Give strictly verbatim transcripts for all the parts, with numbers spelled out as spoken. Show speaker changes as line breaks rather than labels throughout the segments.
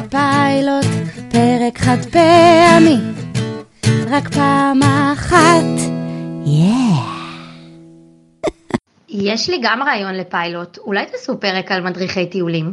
הפיילוט, פרק חד פעמי, רק פעם אחת, יאה.
יש לי גם רעיון לפיילוט, אולי תעשו פרק על מדריכי טיולים?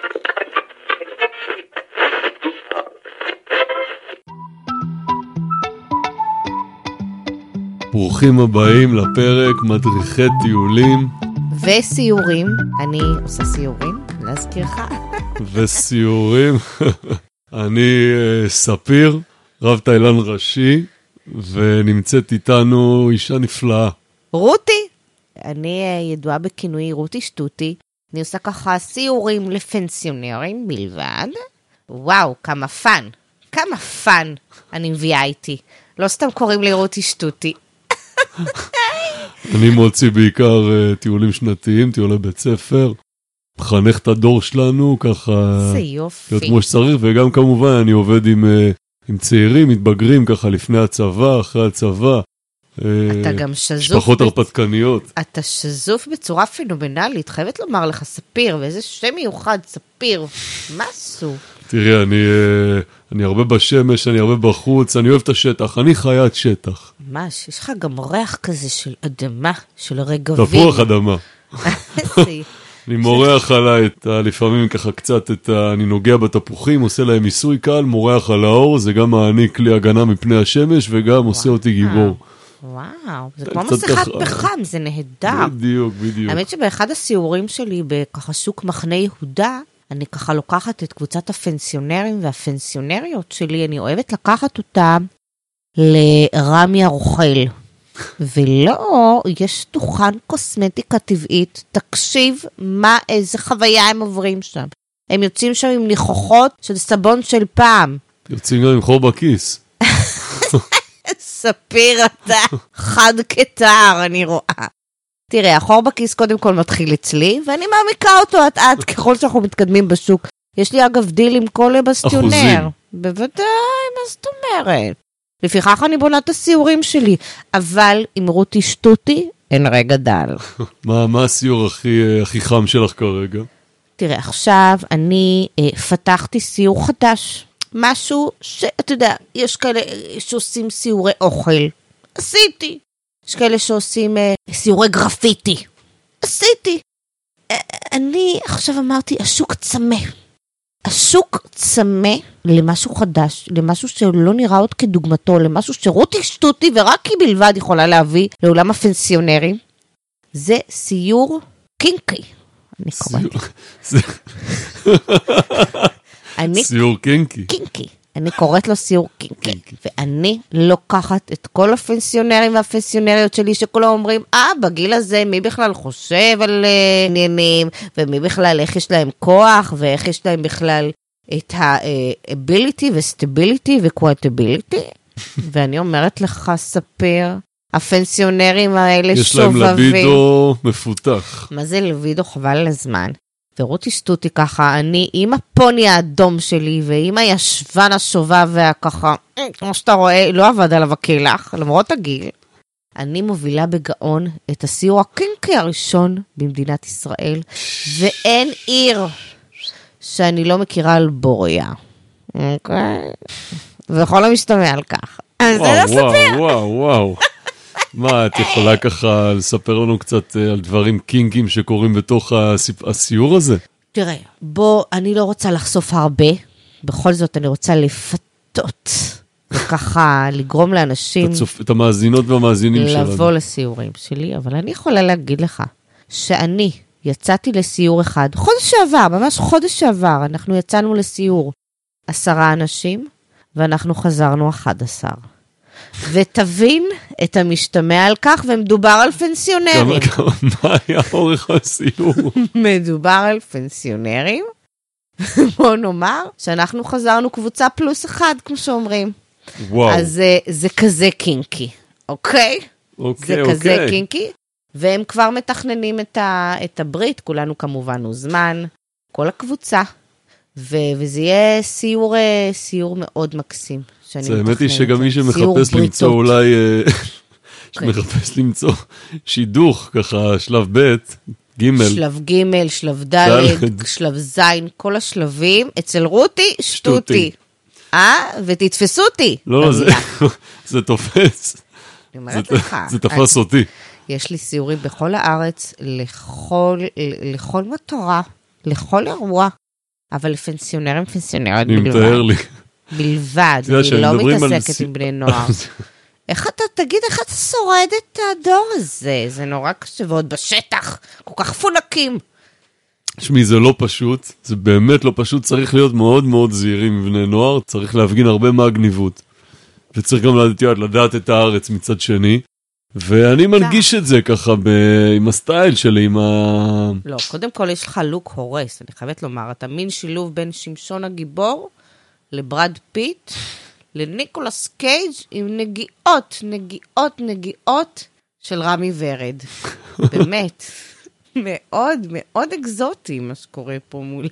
ברוכים הבאים לפרק מדריכי טיולים
וסיורים. אני עושה סיורים, להזכירך.
וסיורים. אני ספיר, רב תאילן ראשי, ונמצאת איתנו אישה נפלאה.
רותי. אני ידועה בכינוי רותי שטותי. אני עושה ככה סיורים לפנסיונרים בלבד. וואו, כמה פן. כמה פן אני מביאה איתי. לא סתם קוראים לי רותי שטותי.
אני מוציא בעיקר uh, טיולים שנתיים, טיולי בית ספר, מחנך את הדור שלנו, ככה,
זה יופי.
להיות כמו שצריך, וגם כמובן אני עובד עם, uh, עם צעירים, מתבגרים ככה לפני הצבא, אחרי הצבא.
אתה uh, גם שזוף.
משפחות הרפתקניות.
אתה שזוף בצורה פנומנלית, חייבת לומר לך ספיר, ואיזה שם מיוחד, ספיר, משהו.
תראי, אני, אני הרבה בשמש, אני הרבה בחוץ, אני אוהב את השטח, אני חיית שטח.
ממש, יש לך גם ריח כזה של אדמה, של רגבים.
תפוח אדמה. אני מורח עליי את, לפעמים ככה קצת, את, אני נוגע בתפוחים, עושה להם מיסוי קל, מורח על האור, זה גם מעניק לי הגנה מפני השמש, וגם עושה אותי גיבור.
וואו, זה כמו מסכת פחם, זה נהדר.
בדיוק, בדיוק.
האמת שבאחד הסיורים שלי, בככה שוק מחנה יהודה, אני ככה לוקחת את קבוצת הפנסיונרים והפנסיונריות שלי, אני אוהבת לקחת אותם לרמי הרוכל. ולא, יש דוכן קוסמטיקה טבעית, תקשיב מה, איזה חוויה הם עוברים שם. הם יוצאים שם עם ניחוחות של סבון של פעם.
יוצאים גם עם חור בכיס.
ספיר אתה, חד כתר, אני רואה. תראה, החור בכיס קודם כל מתחיל אצלי, ואני מעמיקה אותו עד עד ככל שאנחנו מתקדמים בשוק. יש לי אגב דיל עם כל בסטיונר.
אחוזים.
בוודאי, מה זאת אומרת? לפיכך אני בונה את הסיורים שלי, אבל עם רותי שטותי, אין רגע דל.
מה, מה הסיור הכי, הכי חם שלך כרגע?
תראה, עכשיו אני אה, פתחתי סיור חדש. משהו שאתה יודע, יש כאלה שעושים סיורי אוכל. עשיתי. יש כאלה שעושים אה, סיורי גרפיטי. עשיתי. אה, אני עכשיו אמרתי, השוק צמא. השוק צמא למשהו חדש, למשהו שלא נראה עוד כדוגמתו, למשהו שרותי שטותי ורק היא בלבד יכולה להביא לעולם הפנסיונרים. זה סיור קינקי. אני קוראת. אני...
סיור קינקי.
קינקי. אני קוראת לו סיור קינקי. ואני לוקחת את כל הפנסיונרים והפנסיונריות שלי, שכולם אומרים, אה, בגיל הזה, מי בכלל חושב על עניינים, ומי בכלל, איך יש להם כוח, ואיך יש להם בכלל את ה-ability ו-stability ו-quotability. ואני אומרת לך, ספיר, הפנסיונרים האלה
יש
שובבים.
להם לבידו מפותח.
מה זה לבידו? חבל על הזמן. ורותי שטותי ככה, אני עם הפוני האדום שלי, ועם הישבן השובב והככה, כמו שאתה רואה, לא עבד עליו הכלח, למרות הגיל. אני מובילה בגאון את הסיור הקינקי הראשון במדינת ישראל, ואין עיר שאני לא מכירה על בוריה. אוקיי? וכל המשתמע על כך. אז זה לא ספיר.
וואו, וואו. מה, את יכולה ככה לספר לנו קצת על דברים קינקים שקורים בתוך הסיור הזה?
תראה, בוא, אני לא רוצה לחשוף הרבה, בכל זאת אני רוצה לפתות, וככה לגרום לאנשים...
את המאזינות והמאזינים שלנו.
לבוא לסיורים שלי, אבל אני יכולה להגיד לך, שאני יצאתי לסיור אחד, חודש שעבר, ממש חודש שעבר, אנחנו יצאנו לסיור עשרה אנשים, ואנחנו חזרנו אחד עשר. ותבין את המשתמע על כך, ומדובר על פנסיונרים.
כמה, מה היה אורך הסיור?
מדובר על פנסיונרים. בוא נאמר שאנחנו חזרנו קבוצה פלוס אחד, כמו שאומרים.
וואו.
אז זה, זה כזה קינקי, אוקיי?
אוקיי,
זה
אוקיי.
כזה קינקי. והם כבר מתכננים את, ה, את הברית, כולנו כמובן הוזמן, כל הקבוצה. ו, וזה יהיה סיור, סיור מאוד מקסים. זה
האמת היא שגם מי שמחפש למצוא אולי, שמחפש למצוא שידוך, ככה שלב ב', ג',
שלב ג', שלב ד', שלב ז', כל השלבים, אצל רותי, שטותי. אה? ותתפסו אותי.
לא, זה תופס.
אני אומרת לך.
זה תפס אותי.
יש לי סיורים בכל הארץ, לכל מטרה, לכל אירוע, אבל לפנסיונרים, פנסיונרים בלבד.
אני מתאר לי.
בלבד, אני לא מתעסקת עם בני נוער. איך אתה, תגיד, איך אתה שורד את הדור הזה? זה נורא קשה, ועוד בשטח, כל כך פונקים.
שמי, זה לא פשוט, זה באמת לא פשוט, צריך להיות מאוד מאוד זהירים עם בני נוער, צריך להפגין הרבה מהגניבות, וצריך גם לדעת, לדעת את הארץ מצד שני, ואני מנגיש את זה ככה ב... עם הסטייל שלי, עם ה...
לא, קודם כל יש לך לוק הורס, אני חייבת לומר, אתה מין שילוב בין שמשון הגיבור לברד פיט, לניקולס קייג' עם נגיעות, נגיעות, נגיעות של רמי ורד. באמת. מאוד, מאוד אקזוטי מה שקורה פה מול...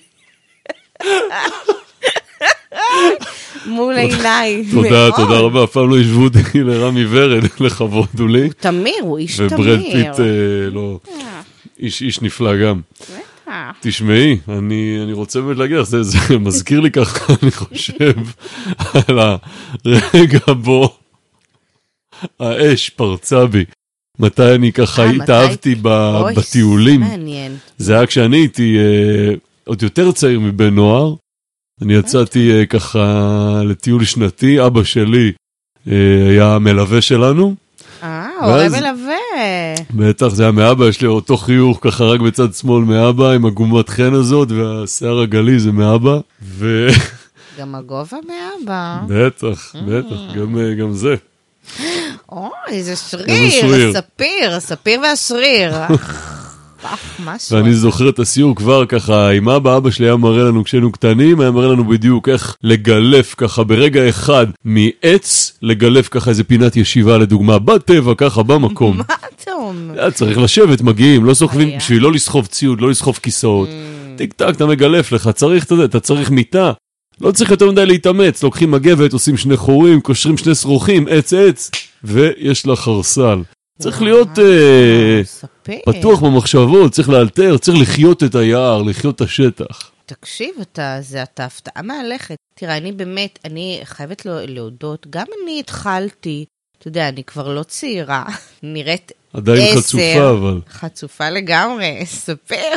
מול עיניי.
תודה, תודה רבה. אף פעם לא ישבו אותי לרמי ורד, לכבוד לי.
הוא תמיר, הוא איש תמיר.
וברד פיט, לא, איש נפלא גם. תשמעי, אני רוצה באמת להגיד לך, זה מזכיר לי ככה, אני חושב, על הרגע בו האש פרצה בי. מתי אני ככה התאהבתי בטיולים. זה היה כשאני הייתי עוד יותר צעיר מבן נוער. אני יצאתי ככה לטיול שנתי, אבא שלי היה מלווה שלנו.
אה, הורה מלווה.
בטח, זה היה מאבא, יש לי אותו חיוך ככה רק בצד שמאל מאבא, עם הגומת חן הזאת, והשיער הגלי זה מאבא.
גם הגובה מאבא.
בטח, בטח, גם זה.
אוי, איזה שריר, הספיר, הספיר והשריר.
ואני זוכר את הסיור כבר ככה, עם אבא, אבא שלי היה מראה לנו כשהיינו קטנים, היה מראה לנו בדיוק איך לגלף ככה ברגע אחד מעץ, לגלף ככה איזה פינת ישיבה לדוגמה, בטבע ככה במקום.
מה אתה אומר?
היה צריך לשבת, מגיעים, לא סוחבים, בשביל לא לסחוב ציוד, לא לסחוב כיסאות. טיק טק, אתה מגלף לך, צריך, אתה צריך מיטה. לא צריך יותר מדי להתאמץ, לוקחים מגבת, עושים שני חורים, קושרים שני שרוכים, עץ עץ, ויש לה חרסל. צריך להיות פתוח במחשבות, צריך לאלתר, צריך לחיות את היער, לחיות את השטח.
תקשיב, אתה, זה אתה הפתעה מהלכת. תראה, אני באמת, אני חייבת להודות, גם אני התחלתי, אתה יודע, אני כבר לא צעירה, נראית עשר.
עדיין חצופה, אבל.
חצופה לגמרי, ספר.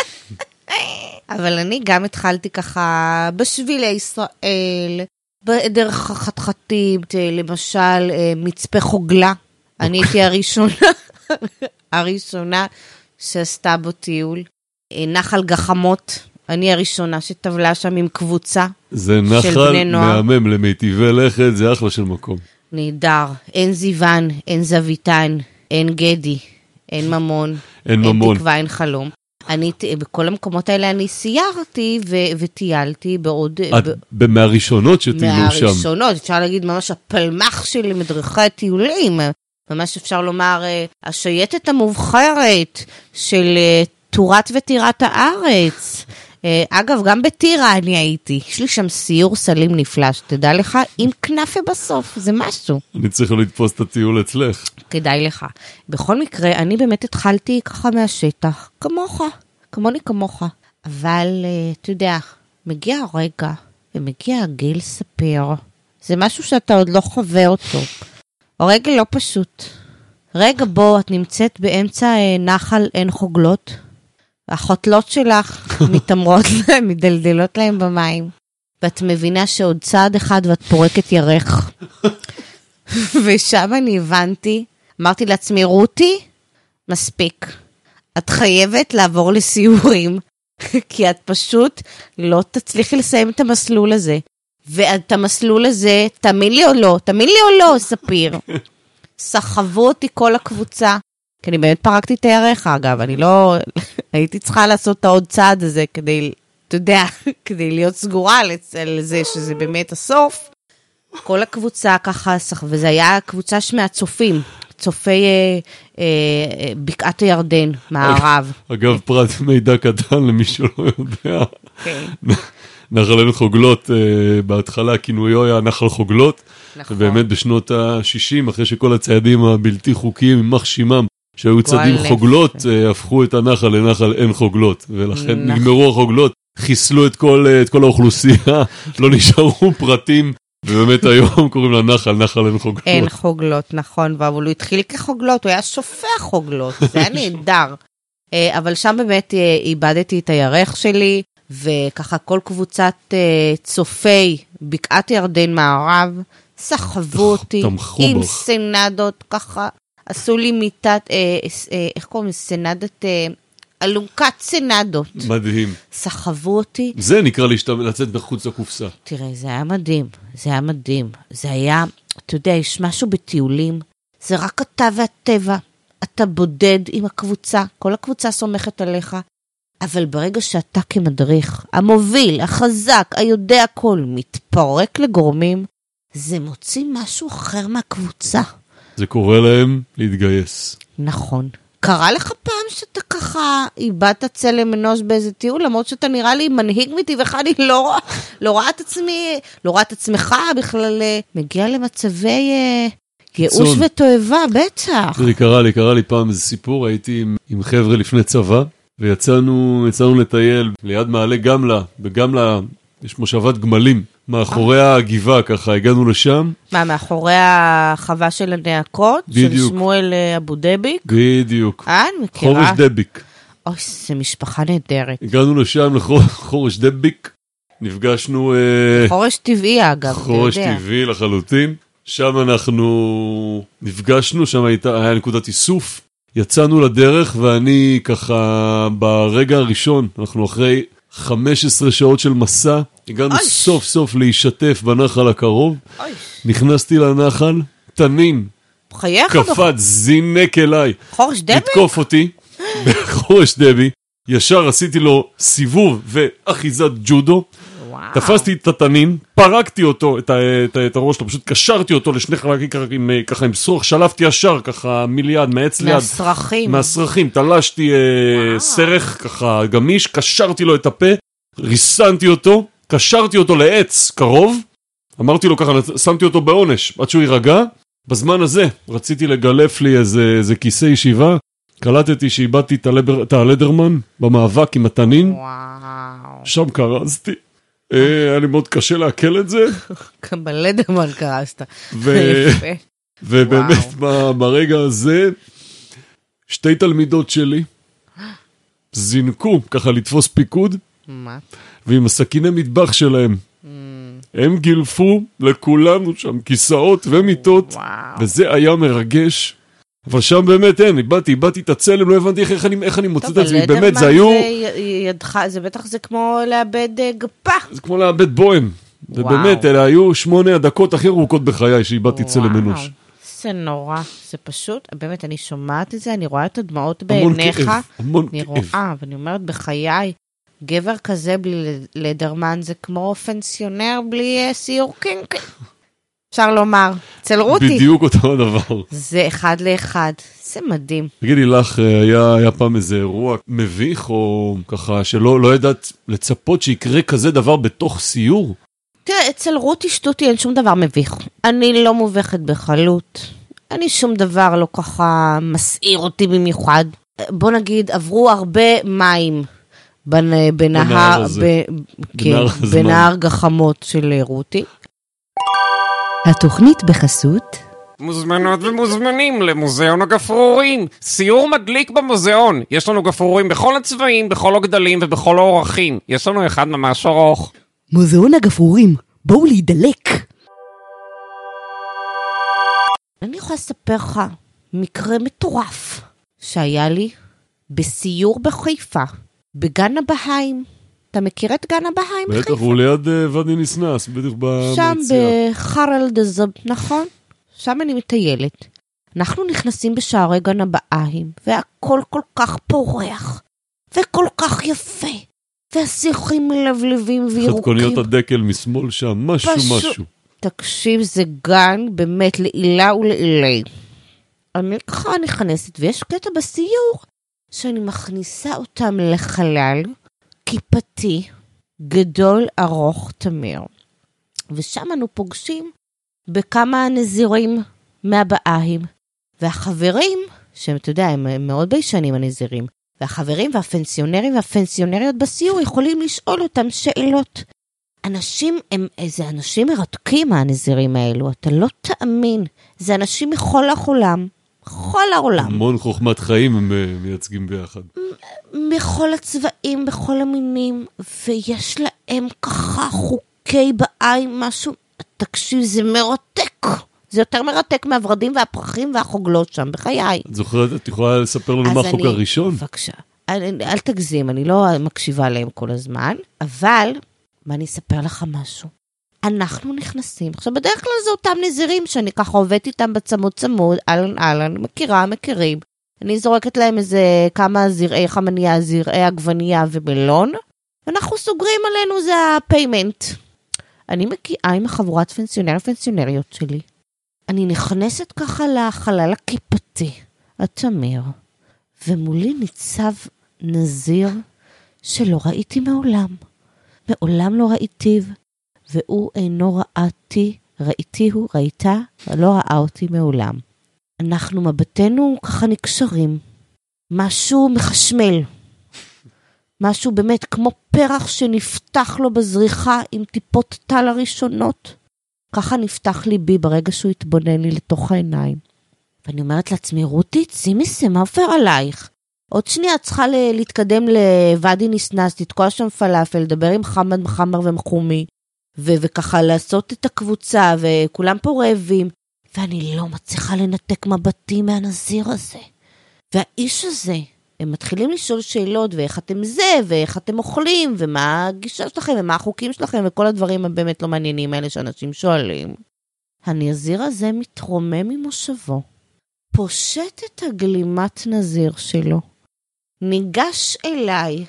אבל אני גם התחלתי ככה בשבילי ישראל, בדרך החתחתים, למשל מצפה חוגלה. אני הייתי הראשונה, הראשונה שעשתה בו טיול. נחל גחמות, אני הראשונה שטבלה שם עם קבוצה של בני נוער. זה נחל
מהמם למיטיבי לכת, זה אחלה של מקום.
נהדר, אין זיוון, אין זוויתן, אין גדי, אין ממון,
אין, אין ממון.
תקווה, אין חלום. אני, בכל המקומות האלה אני סיירתי ו- וטיילתי בעוד...
ב- מהראשונות שטיילו שם.
מהראשונות, אפשר להגיד ממש הפלמח שלי מדריכי הטיולים. ממש אפשר לומר, השייטת המובחרת של תורת וטירת הארץ. אגב, גם בטירה אני הייתי. יש לי שם סיור סלים נפלא, שתדע לך, עם כנפה בסוף, זה משהו. אני
צריך לתפוס את הטיול אצלך.
כדאי לך. בכל מקרה, אני באמת התחלתי ככה מהשטח, כמוך, כמוני כמוך. אבל, אתה יודע, מגיע הרגע, ומגיע הגיל ספיר. זה משהו שאתה עוד לא חווה אותו. הרגע לא פשוט. רגע בו את נמצאת באמצע נחל אין חוגלות, החוטלות שלך מתאמרות להם, מדלדלות להם במים, ואת מבינה שעוד צעד אחד ואת פורקת ירך. ושם אני הבנתי, אמרתי לעצמי, רותי, מספיק. את חייבת לעבור לסיורים, כי את פשוט לא תצליחי לסיים את המסלול הזה. ואת המסלול הזה, תאמין לי או לא, תאמין לי או לא, ספיר. סחבו אותי כל הקבוצה, כי אני באמת פרקתי את הירך, אגב, אני לא, הייתי צריכה לעשות את העוד צעד הזה, כדי, אתה יודע, כדי להיות סגורה על זה, שזה באמת הסוף. כל הקבוצה ככה, וזה היה קבוצה מהצופים, צופי אה, אה, בקעת הירדן, מערב.
אגב, פרט מידע קטן למי שלא יודע. כן. נחל אין חוגלות, בהתחלה הכינויו היה נחל חוגלות, ובאמת בשנות ה-שישים, אחרי שכל הציידים הבלתי חוקיים, יימח שמם, שהיו צדים חוגלות, הפכו את הנחל לנחל אין חוגלות, ולכן נגמרו החוגלות, חיסלו את כל, את כל האוכלוסייה, לא נשארו פרטים, ובאמת היום קוראים לה נחל, נחל אין חוגלות.
אין חוגלות, נכון, אבל הוא התחיל כחוגלות, הוא היה שופע חוגלות, זה היה נהדר. אבל שם באמת איבדתי את הירח שלי, וככה כל קבוצת צופי בקעת ירדן מערב, סחבו אותי עם סנדות, ככה עשו לי מיטת, איך קוראים? סנדת, אלונקת סנדות.
מדהים.
סחבו אותי.
זה נקרא לצאת בחוץ לקופסה.
תראה, זה היה מדהים, זה היה מדהים. זה היה, אתה יודע, יש משהו בטיולים, זה רק אתה והטבע. אתה בודד עם הקבוצה, כל הקבוצה סומכת עליך, אבל ברגע שאתה כמדריך, המוביל, החזק, היודע הכל, מתפרק לגורמים, זה מוציא משהו אחר מהקבוצה.
זה קורה להם להתגייס.
נכון. קרה לך פעם שאתה ככה איבדת צלם אנוש באיזה טיול, למרות שאתה נראה לי מנהיג מטבעך, אני לא רואה, לא רואה את עצמי, לא רואה את עצמך בכלל, מגיע למצבי ייאוש ותועבה, בטח.
זה קרה לי, קרה לי פעם איזה סיפור, הייתי עם, עם חבר'ה לפני צבא, ויצאנו יצאנו לטייל ליד מעלה גמלה, בגמלה יש מושבת גמלים, מאחורי הגבעה ככה, הגענו לשם.
מה, מאחורי החווה של הנעקות?
בדיוק.
של שמואל אבו דביק?
בדיוק.
אה, אני מכירה.
חורש דביק.
אוי, זו משפחה נהדרת.
הגענו לשם לחורש דביק, נפגשנו...
חורש טבעי אגב, אתה יודע.
חורש טבעי לחלוטין. שם אנחנו נפגשנו, שם הייתה, היה נקודת איסוף. יצאנו לדרך ואני ככה ברגע הראשון, אנחנו אחרי חמש עשרה שעות של מסע, הגענו אוי. סוף סוף להישתף בנחל הקרוב, אוי. נכנסתי לנחל, תנין, קפת, זינק אליי,
חורש דבי?
לתקוף אותי, בחורש דבי, ישר עשיתי לו סיבוב ואחיזת ג'ודו, וואו. תפסתי את התנין, פרקתי אותו, את, את, את הראש שלו, פשוט קשרתי אותו לשני חלקים עם, ככה עם שרוך, שלפתי ישר ככה מיליד, מעץ ליד.
מהסרחים.
מהסרחים, תלשתי אה, סרח ככה גמיש, קשרתי לו את הפה, ריסנתי אותו, קשרתי אותו לעץ קרוב, אמרתי לו ככה, שמתי אותו בעונש, עד שהוא יירגע, בזמן הזה רציתי לגלף לי איזה, איזה כיסא ישיבה, קלטתי שאיבדתי את הלדרמן במאבק עם התנין,
וואו.
שם קרזתי. היה לי מאוד קשה להקל את זה.
גם בלדרמן קרסת.
ובאמת ברגע הזה, שתי תלמידות שלי זינקו ככה לתפוס פיקוד, ועם הסכיני מטבח שלהם, הם גילפו לכולנו שם כיסאות ומיטות, וזה היה מרגש. אבל שם באמת אין, איבדתי, איבדתי את הצלם, לא הבנתי איך, איך, אני, איך אני מוצא את עצמי, באמת, זה היו...
ידך, זה בטח זה כמו לאבד גפה.
זה כמו לאבד בוהם. ובאמת, אלה היו שמונה הדקות הכי ארוכות בחיי שאיבדתי צלם אנוש.
זה נורא, זה פשוט, באמת, אני שומעת את זה, אני רואה את הדמעות בעיניך.
המון כאב, המון
אני
כאב.
רואה, ואני אומרת, בחיי, גבר כזה בלי לדרמן, זה כמו פנסיונר בלי סיור קינקי. אפשר לומר, אצל רותי.
בדיוק אותו הדבר.
זה אחד לאחד, זה מדהים.
תגידי לך, היה, היה פעם איזה אירוע מביך, או ככה שלא לא ידעת לצפות שיקרה כזה דבר בתוך סיור?
תראה, אצל רותי שטותי אין שום דבר מביך. אני לא מובכת בחלות. אני שום דבר לא ככה מסעיר אותי במיוחד. בוא נגיד, עברו הרבה מים בנהר, בנהר, ב, כן, בנהר גחמות של רותי.
התוכנית בחסות
מוזמנות ומוזמנים למוזיאון הגפרורים, סיור מדליק במוזיאון. יש לנו גפרורים בכל הצבעים, בכל הגדלים ובכל האורכים. יש לנו אחד ממש ארוך.
מוזיאון הגפרורים, בואו להידלק.
אני יכולה לספר לך מקרה מטורף שהיה לי בסיור בחיפה, בגן הבהיים. אתה מכיר את גן הבהיים בחיפה?
בטח, הוא ליד ואדי ניסנס, בדיוק ביציאה.
שם בחרל דזב, נכון? שם אני מטיילת. אנחנו נכנסים בשערי גן הבהיים, והכל כל כך פורח, וכל כך יפה, והשיחים מלבלבים וירוקים.
חתקוניות הדקל משמאל שם, משהו פשוט, משהו.
תקשיב, זה גן באמת לעילה ולעילי. אני ככה נכנסת, ויש קטע בסיור, שאני מכניסה אותם לחלל, כיפתי, גדול, ארוך, תמיר. ושם אנו פוגשים בכמה נזירים מהבהיים, והחברים שהם, אתה יודע, הם, הם מאוד ביישנים הנזירים, והחברים והפנסיונרים והפנסיונריות בסיור יכולים לשאול אותם שאלות. אנשים הם, איזה אנשים מרתקים הנזירים האלו, אתה לא תאמין, זה אנשים מכל העולם, בכל העולם.
המון חוכמת חיים הם מייצגים ביחד.
מכל הצבעים, בכל המינים, ויש להם ככה חוקי בעין, משהו, תקשיב, זה מרתק. זה יותר מרתק מהוורדים והפרחים והחוגלות שם, בחיי.
את זוכרת, את יכולה לספר לנו מה החוק הראשון?
בבקשה, אל, אל תגזים, אני לא מקשיבה להם כל הזמן, אבל, מה אני אספר לך משהו? אנחנו נכנסים, עכשיו בדרך כלל זה אותם נזירים, שאני ככה עובדת איתם בצמוד צמוד, אלן אלן, מכירה, מכירים, אני זורקת להם איזה כמה זרעי חמניה, זרעי עגבנייה ומלון, ואנחנו סוגרים עלינו, זה הפיימנט. אני מגיעה עם החבורת פנסיונר פנסיונריות שלי. אני נכנסת ככה לחלל הכיפתי, התמיר, ומולי ניצב נזיר שלא ראיתי מעולם. מעולם לא ראיתיו, והוא אינו ראיתי, ראיתי הוא, ראיתה, לא ראה אותי מעולם. אנחנו מבטנו ככה נקשרים, משהו מחשמל, משהו באמת כמו פרח שנפתח לו בזריחה עם טיפות טל הראשונות. ככה נפתח ליבי ברגע שהוא התבונן לי לתוך העיניים. ואני אומרת לעצמי, רותי, שימי זה, מה עובר עלייך? עוד שנייה צריכה להתקדם לוואדי ניסנס, לתקוע שם פלאפל, לדבר עם חמד מחמר ומחומי, ו- וככה לעשות את הקבוצה, וכולם פה רעבים, ואני לא מצליחה לנתק מבטים מהנזיר הזה. והאיש הזה, הם מתחילים לשאול שאלות, ואיך אתם זה, ואיך אתם אוכלים, ומה הגישה שלכם, ומה החוקים שלכם, וכל הדברים הבאמת לא מעניינים האלה שאנשים שואלים. הנזיר הזה מתרומם ממושבו, פושט את הגלימת נזיר שלו, ניגש אליי,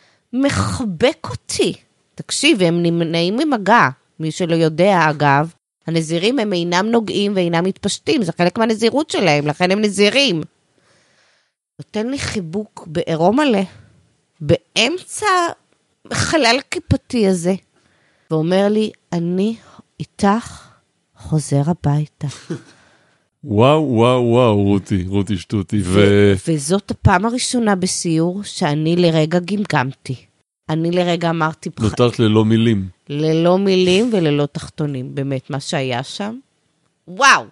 מחבק אותי. תקשיב, הם נמנעים ממגע, מי שלא יודע אגב, הנזירים הם אינם נוגעים ואינם מתפשטים, זה חלק מהנזירות שלהם, לכן הם נזירים. נותן לי חיבוק בעירום מלא, באמצע חלל כיפתי הזה, ואומר לי, אני איתך חוזר הביתה.
וואו, וואו, וואו, רותי, רותי שטותי. ו...
וזאת הפעם הראשונה בסיור שאני לרגע גמגמתי. אני לרגע אמרתי...
נותרת ללא מילים.
ללא מילים וללא תחתונים. באמת, מה שהיה שם? וואו!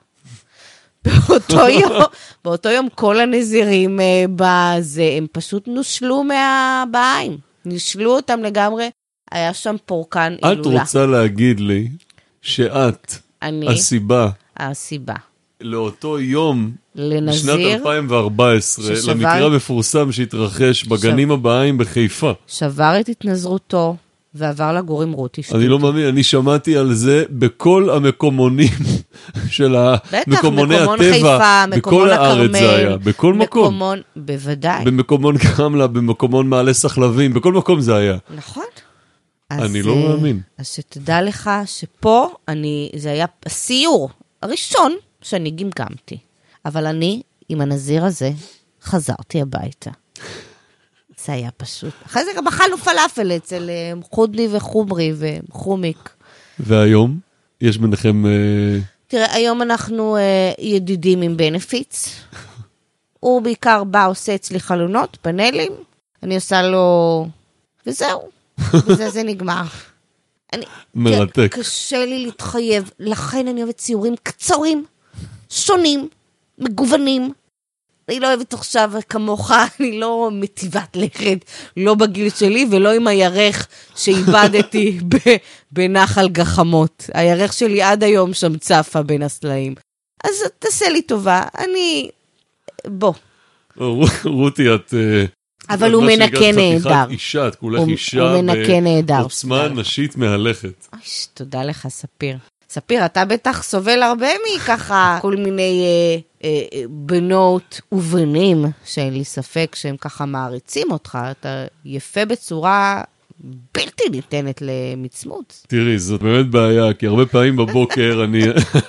באותו יום, באותו יום כל הנזירים בזה, הם פשוט נושלו מהבעיים. נשלו אותם לגמרי. היה שם פורקן אילולה.
את רוצה להגיד לי שאת
אני,
הסיבה...
הסיבה.
לאותו יום,
לנזיר,
בשנת אלפיים וארבע עשרה, ששבר... למקרה המפורסם שהתרחש בגנים שב... הבאים בחיפה.
שבר את התנזרותו, ועבר לגור עם רותי שטותי.
אני לא מאמין, אני שמעתי על זה בכל המקומונים של מקומוני הטבע,
חיפה,
בכל הארץ זה היה, בכל מקום.
מקומון, בוודאי.
במקומון קמלה, במקומון מעלה סחלבים, בכל מקום זה היה.
נכון.
אני לא מאמין.
אז שתדע לך שפה, אני, זה היה הסיור הראשון שאני גמגמתי. אבל אני, עם הנזיר הזה, חזרתי הביתה. זה היה פשוט. אחרי זה גם אכלנו פלאפל אצל חודני וחומרי וחומיק.
והיום? יש ביניכם...
תראה, היום אנחנו ידידים עם בנפיץ. הוא בעיקר בא, עושה אצלי חלונות, פאנלים. אני עושה לו... וזהו. וזה זה נגמר. אני...
מרתק.
קשה לי להתחייב. לכן אני אוהבת ציורים קצרים, שונים, מגוונים. אני לא אוהבת עכשיו כמוך, אני לא מטיבת לכת, לא בגיל שלי ולא עם הירך שאיבדתי בנחל גחמות. הירך שלי עד היום שם צפה בין הסלעים. אז תעשה לי טובה, אני... בוא.
רותי, את...
אבל הוא מנקה נהדר.
אישה, את כולך אישה בעוצמה נשית מהלכת.
אוי, תודה לך, ספיר. ספיר, אתה בטח סובל הרבה מככה כל מיני אה, אה, בנות ובנים, שאין לי ספק שהם ככה מעריצים אותך. אתה יפה בצורה בלתי ניתנת למצמוץ.
תראי, זאת באמת בעיה, כי הרבה פעמים בבוקר אני...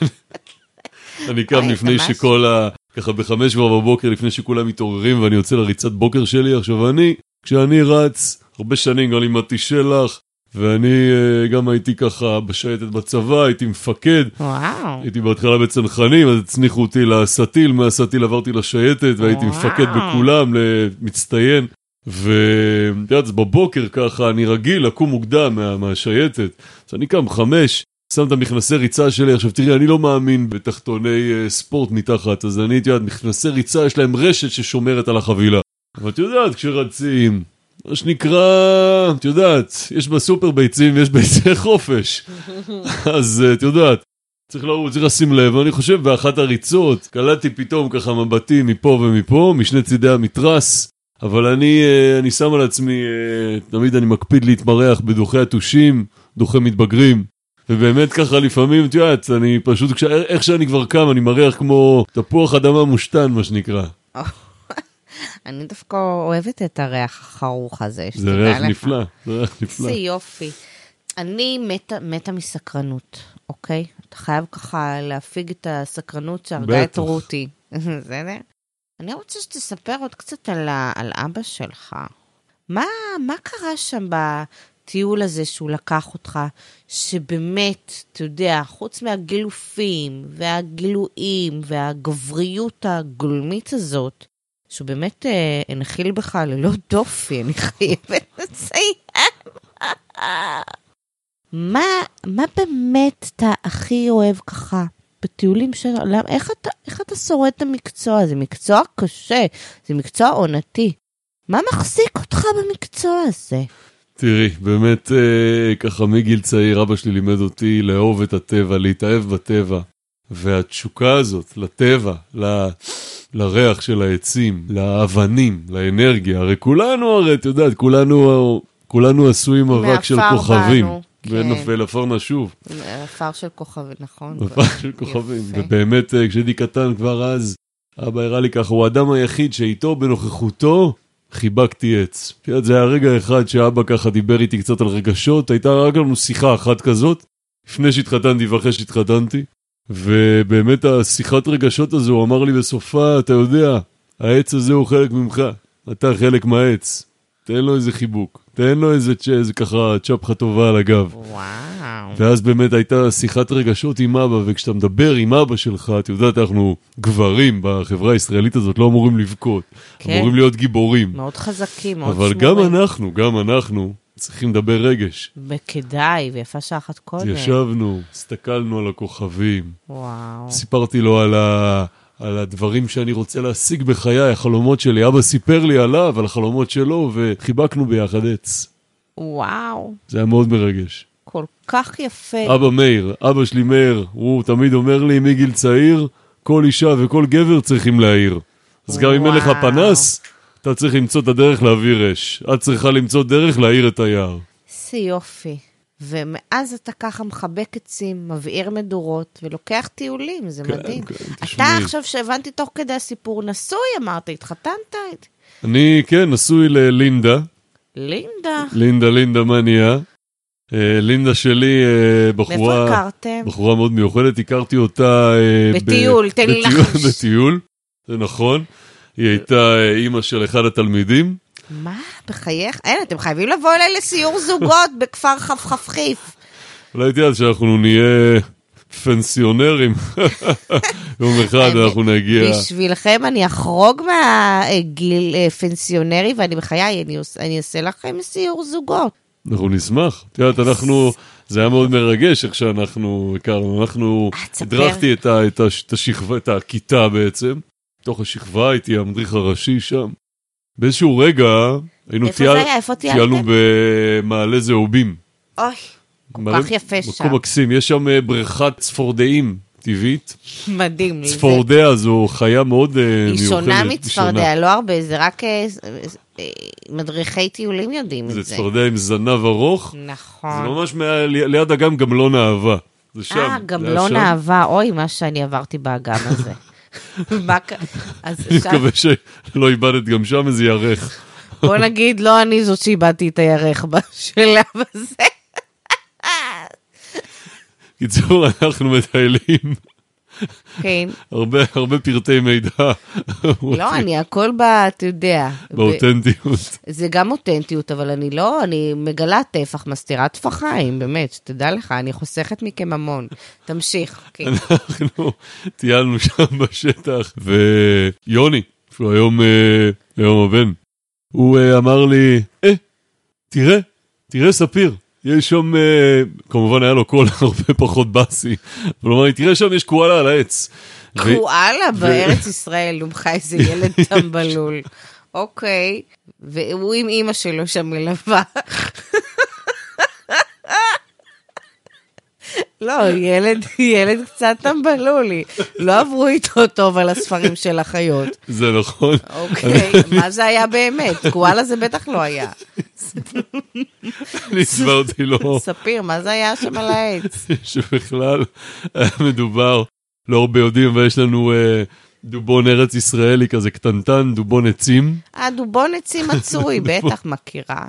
אני קם לפני שכל ה... ככה בחמש כבר בבוקר, לפני שכולם מתעוררים, ואני יוצא לריצת בוקר שלי. עכשיו אני, כשאני רץ, הרבה שנים גם לימדתי שלח, ואני גם הייתי ככה בשייטת בצבא, הייתי מפקד.
וואו.
הייתי בהתחלה בצנחנים, אז הצניחו אותי לסטיל, מהסטיל עברתי לשייטת, והייתי מפקד בכולם, למצטיין. ואתה יודע, בבוקר ככה, אני רגיל לקום מוקדם מה, מהשייטת. אז אני קם חמש, שם את המכנסי ריצה שלי. עכשיו תראי, אני לא מאמין בתחתוני uh, ספורט מתחת, אז אני, אתה יודע, מכנסי ריצה, יש להם רשת ששומרת על החבילה. אבל אתה יודעת, כשרצים, מה שנקרא, אתה יודעת, יש בסופר ביצים ויש ביצי חופש. אז אתה יודעת, צריך לרוץ, צריך לשים לב, ואני חושב באחת הריצות, קלטתי פתאום ככה מבטים מפה ומפה, משני צידי המתרס, אבל אני, אני שם על עצמי, תמיד אני מקפיד להתמרח בדוחי התושים, דוחי מתבגרים, ובאמת ככה לפעמים, אתה יודעת, אני פשוט, כש, איך שאני כבר קם, אני מריח כמו תפוח אדמה מושתן, מה שנקרא.
אני דווקא אוהבת את הריח החרוך הזה.
זה ריח נפלא, זה ריח נפלא.
זה יופי. אני מתה, מתה מסקרנות, אוקיי? אתה חייב ככה להפיג את הסקרנות שהרגה את רותי. בסדר? אני רוצה שתספר עוד קצת על, על אבא שלך. מה, מה קרה שם בטיול הזה שהוא לקח אותך, שבאמת, אתה יודע, חוץ מהגילופים והגילויים והגבריות הגולמית הזאת, שהוא באמת אה, הנחיל בך ללא דופי, אני חייבת לציין. מה, מה באמת אתה הכי אוהב ככה בטיולים של העולם? איך אתה, איך אתה שורד את המקצוע? זה מקצוע קשה, זה מקצוע עונתי. מה מחזיק אותך במקצוע הזה?
תראי, באמת אה, ככה מגיל צעיר, אבא שלי לימד אותי לאהוב את הטבע, להתאהב בטבע. והתשוקה הזאת לטבע, ל... לריח של העצים, לאבנים, לאנרגיה. הרי כולנו, הרי, אתה יודעת, כולנו, כולנו עשויים אבק של כוכבים. ונופל אפר נשוב.
אפר של כוכבים, נכון.
אפר של כוכבים. ובאמת, כשהייתי קטן כבר אז, אבא הראה לי ככה, הוא האדם היחיד שאיתו בנוכחותו חיבקתי עץ. זה היה רגע אחד שאבא ככה דיבר איתי קצת על רגשות, הייתה רק לנו שיחה אחת כזאת, לפני שהתחתנתי ואחרי שהתחתנתי. ובאמת השיחת רגשות הזו, הוא אמר לי בסופה, אתה יודע, העץ הזה הוא חלק ממך, אתה חלק מהעץ, תן לו איזה חיבוק, תן לו איזה, איזה ככה צ'פחה טובה על הגב.
וואו.
ואז באמת הייתה שיחת רגשות עם אבא, וכשאתה מדבר עם אבא שלך, אתה יודעת, אנחנו גברים בחברה הישראלית הזאת, לא אמורים לבכות, כן. אמורים להיות גיבורים.
מאוד חזקים, מאוד
אבל
שמורים.
גם אנחנו, גם אנחנו, צריכים לדבר רגש.
וכדאי, ויפה שחת קודם.
ישבנו, הסתכלנו על הכוכבים.
וואו.
סיפרתי לו על, ה... על הדברים שאני רוצה להשיג בחיי, החלומות שלי. אבא סיפר לי עליו, על החלומות שלו, וחיבקנו ביחד עץ.
וואו.
זה היה מאוד מרגש.
כל כך יפה.
אבא מאיר, אבא שלי מאיר, הוא תמיד אומר לי, מגיל צעיר, כל אישה וכל גבר צריכים להעיר. אז גם אם אין לך פנס, אתה צריך למצוא את הדרך להעביר אש. את צריכה למצוא דרך להעיר את היער.
זה יופי. ומאז אתה ככה מחבק עצים, מבעיר מדורות, ולוקח טיולים, זה
כן,
מדהים.
כן,
אתה
תשמעי.
עכשיו שהבנתי תוך כדי הסיפור, נשוי, אמרת, התחתנת?
אני, כן, נשוי ללינדה.
לינדה.
לינדה, לינדה מניה. אה, לינדה שלי, אה, בחורה...
מאיפה הכרתם?
בחורה מאוד מיוחדת, הכרתי אותה... אה,
בטיול,
ב...
תן לי
בטיול,
לחש.
בטיול, זה נכון. היא הייתה אה, אימא של אחד התלמידים.
מה? בחייך? אין, אתם חייבים לבוא אליי לסיור זוגות בכפר חפחפחיף.
אולי תדעת שאנחנו נהיה פנסיונרים. יום אחד אנחנו נגיע...
בשבילכם אני אחרוג מהגיל פנסיונרי, ואני בחיי, אני, אני אעשה לכם סיור זוגות.
אנחנו נשמח. תדעת, אנחנו... זה היה מאוד מרגש איך שאנחנו הכרנו. אנחנו הדרכתי את, ה, את, ה, את השכבה, את הכיתה בעצם. בתוך השכבה הייתי המדריך הראשי שם. באיזשהו רגע, היינו
איפה זה היה? איפה טיילתם?
טיילנו במעלה זהובים.
אוי, כל כך יפה שם.
מקום מקסים, יש שם בריכת צפורדעים טבעית.
מדהים.
צפורדע זו חיה מאוד מיוחדת.
היא שונה מצפורדע, לא הרבה, זה רק מדריכי טיולים יודעים את זה.
זה צפורדע עם זנב ארוך.
נכון.
זה ממש ליד אגם גם לא נאהבה. זה שם.
אה, גם לא נאהבה, אוי, מה שאני עברתי באגם הזה.
אני מקווה שלא איבדת גם שם איזה ירח.
בוא נגיד, לא אני זאת שאיבדתי את הירח בשלב הזה.
קיצור, אנחנו מטיילים
כן.
הרבה, הרבה פרטי מידע.
לא, אני הכל בה, אתה יודע.
באותנטיות.
זה גם אותנטיות, אבל אני לא, אני מגלה טפח, מסתירה טפחיים, באמת, שתדע לך, אני חוסכת מכם המון. תמשיך. כן.
אנחנו טיילנו שם בשטח, ויוני, שהוא היום, היום הבן, הוא אמר לי, אה, תראה, תראה ספיר. יש שם, כמובן היה לו קול הרבה פחות בסי, אבל הוא אמר לי, תראה שם יש קואלה על העץ.
קואלה בארץ ישראל, נומך איזה ילד טמבלול. אוקיי, והוא עם אמא שלו שם מלווה. לא, ילד, ילד קצת טמבלולי. לא עברו איתו טוב על הספרים של החיות.
זה נכון.
אוקיי, מה זה היה באמת? קואלה זה בטח לא היה.
אני הסברתי לו.
ספיר, מה זה היה שם על העץ?
שבכלל היה מדובר, לא הרבה יודעים, ויש לנו דובון ארץ ישראלי כזה קטנטן, דובון עצים.
אה, דובון עצים מצוי, בטח מכירה.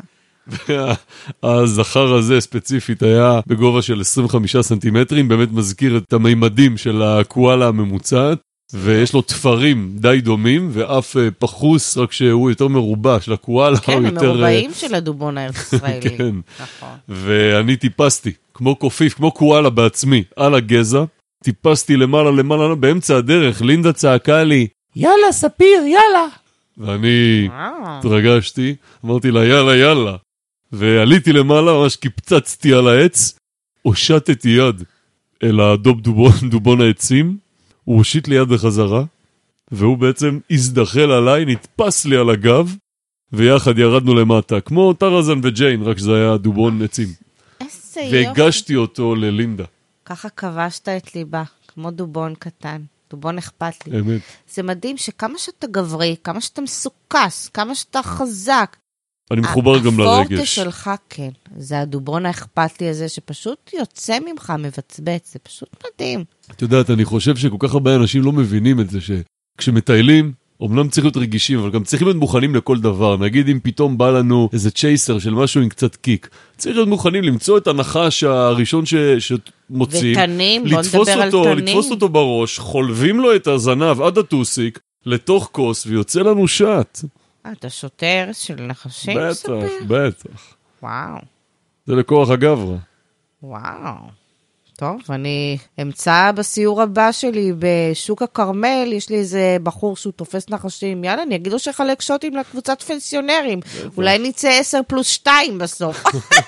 הזכר הזה ספציפית היה בגובה של עשרים וחמישה סנטימטרים, באמת מזכיר את המימדים של הקואלה הממוצעת, ויש לו תפרים די דומים, ואף פחוס, רק שהוא יותר מרובע של הקואלה.
כן, המרובעים של הדובון הארץ ישראלי.
כן, ואני טיפסתי, כמו קופיף, כמו קואלה בעצמי, על הגזע, טיפסתי למעלה למעלה, באמצע הדרך, לינדה צעקה לי, יאללה ספיר, יאללה. ואני התרגשתי, אמרתי לה יאללה יאללה, ועליתי למעלה, ממש קיפצצתי על העץ, הושטתי יד אל הדוב דובון, דובון העצים, הוא הושיט לי יד בחזרה, והוא בעצם הזדחל עליי, נתפס לי על הגב, ויחד ירדנו למטה, כמו טרזן וג'יין, רק שזה היה דובון עצים.
איזה יופי.
והגשתי אותו ללינדה.
ככה כבשת את ליבה, כמו דובון קטן. דובון אכפת לי.
אמת.
זה מדהים שכמה שאתה גברי, כמה שאתה מסוכס, כמה שאתה חזק.
אני מחובר גם לרגש.
הפורטה שלך, כן. זה הדובון האכפת לי הזה, שפשוט יוצא ממך, מבצבץ. זה פשוט מדהים.
את יודעת, אני חושב שכל כך הרבה אנשים לא מבינים את זה, שכשמטיילים, אומנם צריך להיות רגישים, אבל גם צריכים להיות מוכנים לכל דבר. נגיד אם פתאום בא לנו איזה צ'ייסר של משהו עם קצת קיק, צריך להיות מוכנים למצוא את הנחש הראשון ש... שמוצאים,
ותנים, בוא
לתפוס
נדבר
אותו,
על תנים.
לתפוס אותו בראש, חולבים לו את הזנב עד הטוסיק, לתוך כוס, ויוצא לנו שט.
אתה שוטר של נחשים?
בטח,
ספיר?
בטח.
וואו.
זה לכוח הגברה.
וואו. טוב, אני אמצא בסיור הבא שלי בשוק הכרמל, יש לי איזה בחור שהוא תופס נחשים, יאללה, אני אגיד לו שחלק שוטים לקבוצת פנסיונרים, אולי נצא עשר פלוס שתיים בסוף.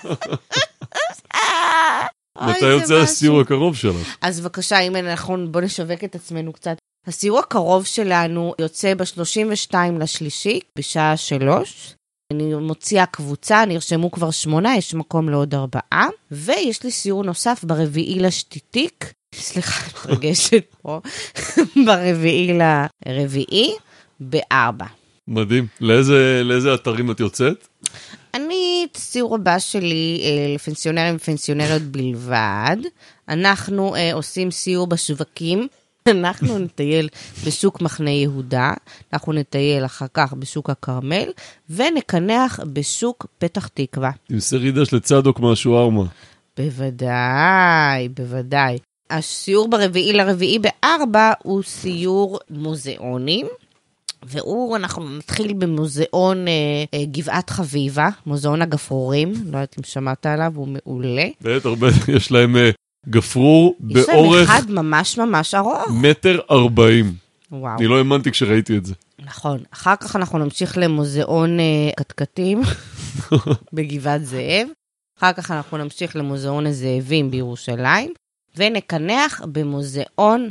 מתי יוצא הסיור הקרוב שלך?
אז בבקשה, אם אנחנו, בוא נשווק את עצמנו קצת. הסיור הקרוב שלנו יוצא ב-שלושים ושניים לשלישי, בשעה שלוש. אני מוציאה קבוצה, נרשמו כבר שמונה, יש מקום לעוד ארבעה, ויש לי סיור נוסף ברביעי לשתיתיק, סליחה, מתרגשת פה, ברביעי לרביעי, בארבע.
מדהים. לאיזה, לאיזה אתרים את יוצאת?
אני, את הסיור הבא שלי אה, לפנסיונרים ופנסיונריות בלבד, אנחנו אה, עושים סיור בשווקים, אנחנו נטייל בשוק מחנה יהודה, אנחנו נטייל אחר כך בשוק הכרמל, ונקנח בשוק פתח תקווה.
עם סרידש לצדוק משהו ארמה.
בוודאי, בוודאי. הסיור ברביעי לרביעי בארבע הוא סיור מוזיאונים, והוא, אנחנו נתחיל במוזיאון אה, אה, גבעת חביבה, מוזיאון הגפרורים, לא יודעת אם שמעת עליו, הוא מעולה.
בטח, בטח, יש להם אה, גפרור
יש
באורך...
יש להם אחד ממש ממש ארוך.
מטר ארבעים.
וואו.
אני לא האמנתי כשראיתי את זה.
נכון. אחר כך אנחנו נמשיך למוזיאון אה, קטקטים בגבעת זאב. אחר כך אנחנו נמשיך למוזיאון הזאבים בירושלים, ונקנח במוזיאון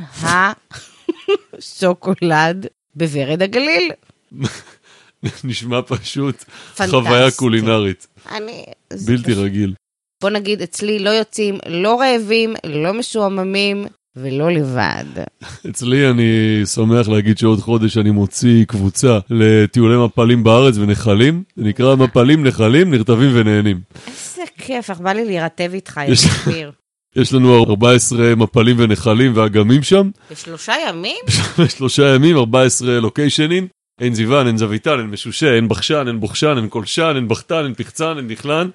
השוקולד בוורד הגליל.
נשמע פשוט
פנטסטי.
חוויה קולינרית.
אני...
בלתי רגיל.
בוא נגיד, אצלי לא יוצאים, לא רעבים, לא משועממים, ולא לבד.
אצלי אני שמח להגיד שעוד חודש אני מוציא קבוצה לטיולי מפלים בארץ ונחלים. זה נקרא מפלים, נחלים, נרטבים ונהנים.
איזה כיף, איך בא לי להירטב איתך, ישפיר.
יש לנו ארבעה עשר מפלים ונחלים ואגמים שם.
בשלושה ימים?
בשלושה ימים, ארבעה עשר לוקיישנים. אין זיוון, אין זוויתן, אין משושה, אין בחשן, אין בוחשן, אין קולשן, אין בחתן, אין פחצן, אין בכלן.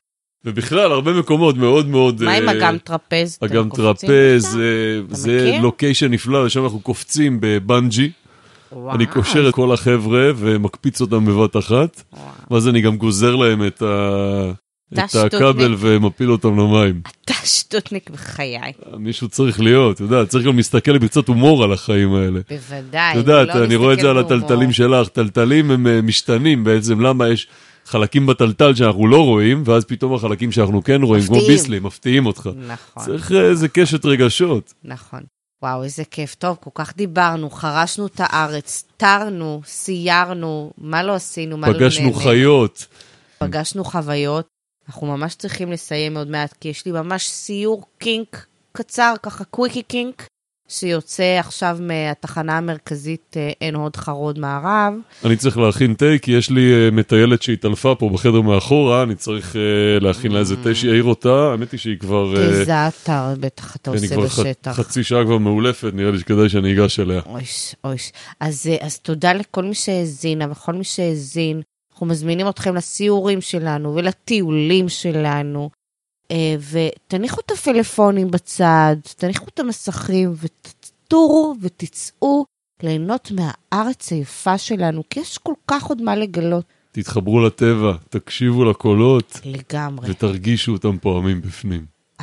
ובכלל, הרבה מקומות מאוד מאוד...
מה עם אגם טרפז?
אגם טרפז, זה לוקיישן נפלא, לשם אנחנו קופצים בבנג'י. אני קושר את כל החבר'ה ומקפיץ אותם בבת אחת, ואז אני גם גוזר להם את הכבל ומפיל אותם למים.
אתה שטוטניק בחיי.
מישהו צריך להיות, אתה יודע, צריך גם להסתכל בקצת הומור על החיים האלה.
בוודאי.
אתה יודע, אני רואה את זה על הטלטלים שלך, טלטלים הם משתנים בעצם, למה יש חלקים בטלטל שאנחנו לא רואים, ואז פתאום החלקים שאנחנו כן רואים, כמו ביסלי, מפתיעים אותך.
נכון.
צריך איזה קשת רגשות.
נכון. וואו, איזה כיף. טוב, כל כך דיברנו, חרשנו את הארץ, תרנו, סיירנו, מה לא עשינו, מה לא נהנה.
פגשנו חיות.
פגשנו חוויות. אנחנו ממש צריכים לסיים עוד מעט, כי יש לי ממש סיור קינק קצר, ככה קוויקי קינק, שיוצא עכשיו מהתחנה המרכזית אין עוד חרוד מערב.
אני צריך להכין תה, כי יש לי מטיילת שהתעלפה פה בחדר מאחורה, אני צריך להכין לה איזה תה שיעיר אותה, האמת היא שהיא כבר...
איזה אתר, בטח אתה עושה בשטח.
חצי שעה כבר מעולפת, נראה לי שכדאי שאני אגש אליה.
אויש, אויש. אז, אז תודה לכל מי שהזינה וכל מי שהזין. אנחנו מזמינים אתכם לסיורים שלנו ולטיולים שלנו, ותניחו את הפלאפונים בצד, תניחו את המסכים, ותטורו ותצאו ליהנות מהארץ היפה שלנו, כי יש כל כך עוד מה לגלות.
תתחברו לטבע, תקשיבו לקולות,
לגמרי.
ותרגישו אותם פועמים בפנים.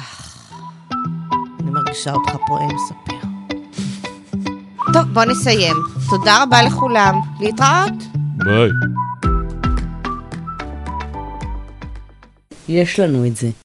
אני מרגישה אותך פועם ספר. טוב, בוא נסיים. תודה רבה לכולם. להתראות.
ביי.
יש לנו את זה.